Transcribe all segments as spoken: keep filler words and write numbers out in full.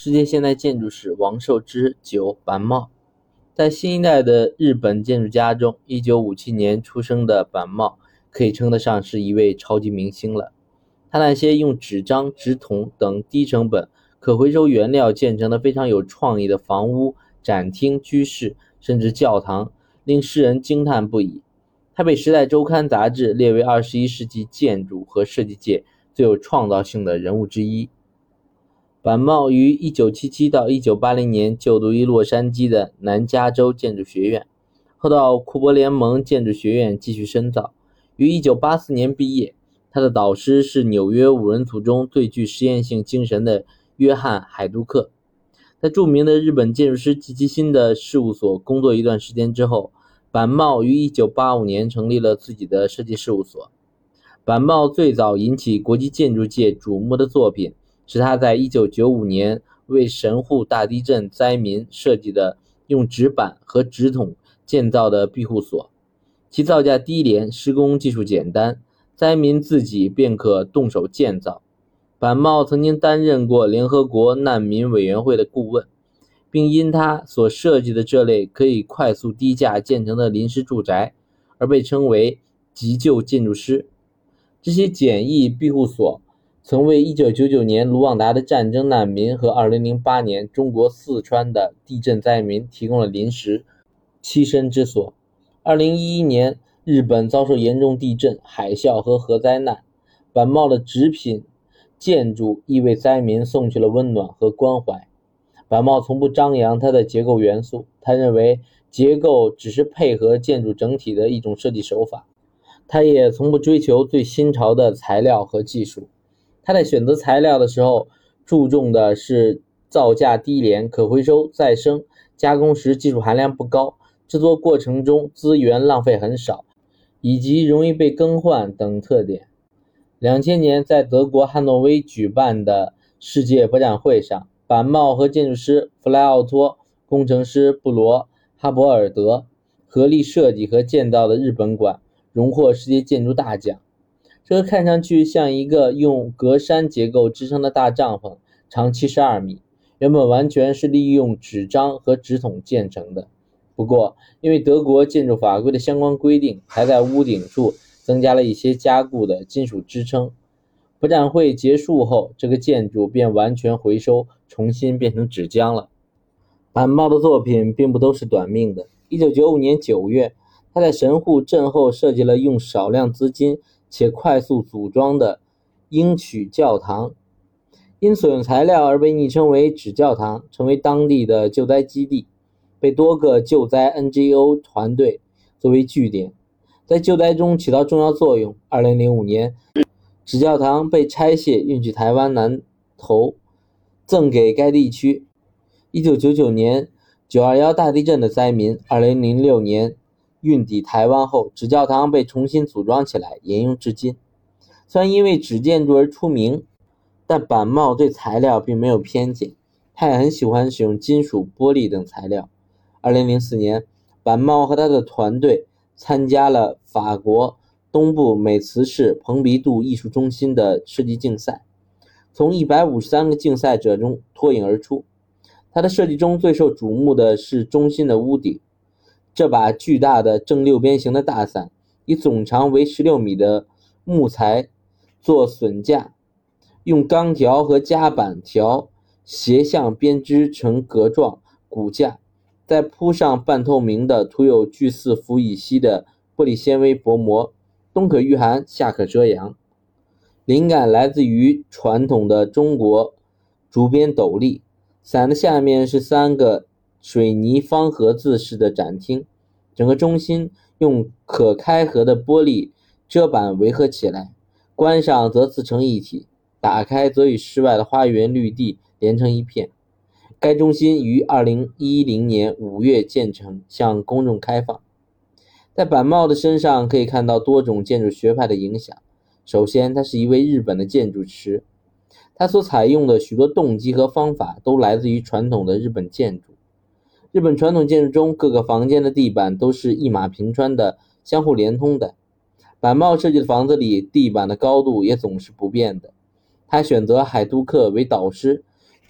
世界现代建筑史王寿之九板茂。在新一代的日本建筑家中，一九五七年出生的板茂可以称得上是一位超级明星了。他那些用纸张、纸筒等低成本可回收原料建成的非常有创意的房屋、展厅、居室，甚至教堂，令世人惊叹不已。他被《时代周刊》杂志列为二十一世纪建筑和设计界最有创造性的人物之一。板茂于一九七七到一九八零年就读于洛杉矶的南加州建筑学院，后到库珀联盟建筑学院继续深造，于一九八四年毕业。他的导师是纽约五人组中最具实验性精神的约翰·海杜克。在著名的日本建筑师吉吉辛的事务所工作一段时间之后，板茂于一九八五年成立了自己的设计事务所。板茂最早引起国际建筑界瞩目的作品是他在一九九五年为神户大地震灾民设计的用纸板和纸筒建造的庇护所，其造价低廉，施工技术简单，灾民自己便可动手建造。板茂曾经担任过联合国难民委员会的顾问，并因他所设计的这类可以快速低价建成的临时住宅而被称为急救建筑师。这些简易庇护所曾为一九九九年卢旺达的战争难民和二零零八年中国四川的地震灾民提供了临时栖身之所。二零一一年日本遭受严重地震、海啸和核灾难，板茂的纸品建筑亦为灾民送去了温暖和关怀。板茂从不张扬他的结构元素，他认为结构只是配合建筑整体的一种设计手法。他也从不追求最新潮的材料和技术。他在选择材料的时候注重的是造价低廉、可回收、再生，加工时技术含量不高，制作过程中资源浪费很少，以及容易被更换等特点。两千年在德国汉诺威举办的世界博览会上，板茂和建筑师弗莱奥托、工程师布罗哈伯尔德合力设计和建造的日本馆荣获世界建筑大奖。这个看上去像一个用格栅结构支撑的大帐篷，长七十二米，原本完全是利用纸张和纸筒建成的。不过因为德国建筑法规的相关规定，还在屋顶处增加了一些加固的金属支撑。博览会结束后，这个建筑便完全回收，重新变成纸浆了。板茂的作品并不都是短命的。一九九五年九月，他在神户震后设计了用少量资金且快速组装的英曲教堂，因所用材料而被昵称为纸教堂，成为当地的救灾基地，被多个救灾 N G O 团队作为据点，在救灾中起到重要作用。二零零五年，纸教堂被拆卸运去台湾南投，赠给该地区。一九九九年九二一大地震的灾民二零零六年运抵台湾后，纸教堂被重新组装起来，沿用至今。虽然因为纸建筑而出名，但板茂对材料并没有偏见，他也很喜欢使用金属、玻璃等材料。二零零四年，板茂和他的团队参加了法国东部美茨市蓬皮杜艺术中心的设计竞赛，从一百五十三个竞赛者中脱颖而出。他的设计中最受瞩目的是中心的屋顶，这把巨大的正六边形的大伞以总长为十六米的木材做榫架，用钢条和夹板条斜向编织成格状骨架，再铺上半透明的涂有聚四氟乙烯的玻璃纤维薄膜，冬可御寒，夏可遮阳。灵感来自于传统的中国竹编斗笠，伞的下面是三个水泥方盒子式的展厅，整个中心用可开合的玻璃遮板围合起来，关上则自成一体，打开则与室外的花园绿地连成一片。该中心于二零一零年五月建成，向公众开放。在板茂的身上可以看到多种建筑学派的影响。首先，他是一位日本的建筑师，他所采用的许多动机和方法都来自于传统的日本建筑。日本传统建筑中，各个房间的地板都是一马平川的相互连通的。板茂设计的房子里，地板的高度也总是不变的。他选择海杜克为导师，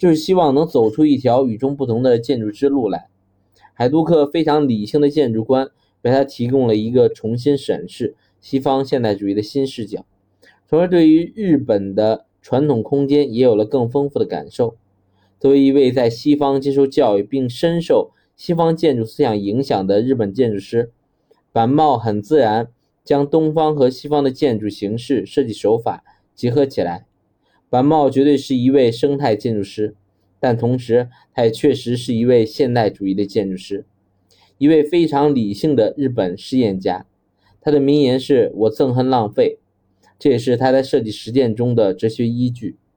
就是希望能走出一条与众不同的建筑之路来。海杜克非常理性的建筑观为他提供了一个重新审视西方现代主义的新视角，从而对于日本的传统空间也有了更丰富的感受。作为一位在西方接受教育并深受西方建筑思想影响的日本建筑师，坂茂很自然将东方和西方的建筑形式、设计手法结合起来。坂茂绝对是一位生态建筑师，但同时他也确实是一位现代主义的建筑师，一位非常理性的日本实验家。他的名言是我憎恨浪费，这也是他在设计实践中的哲学依据。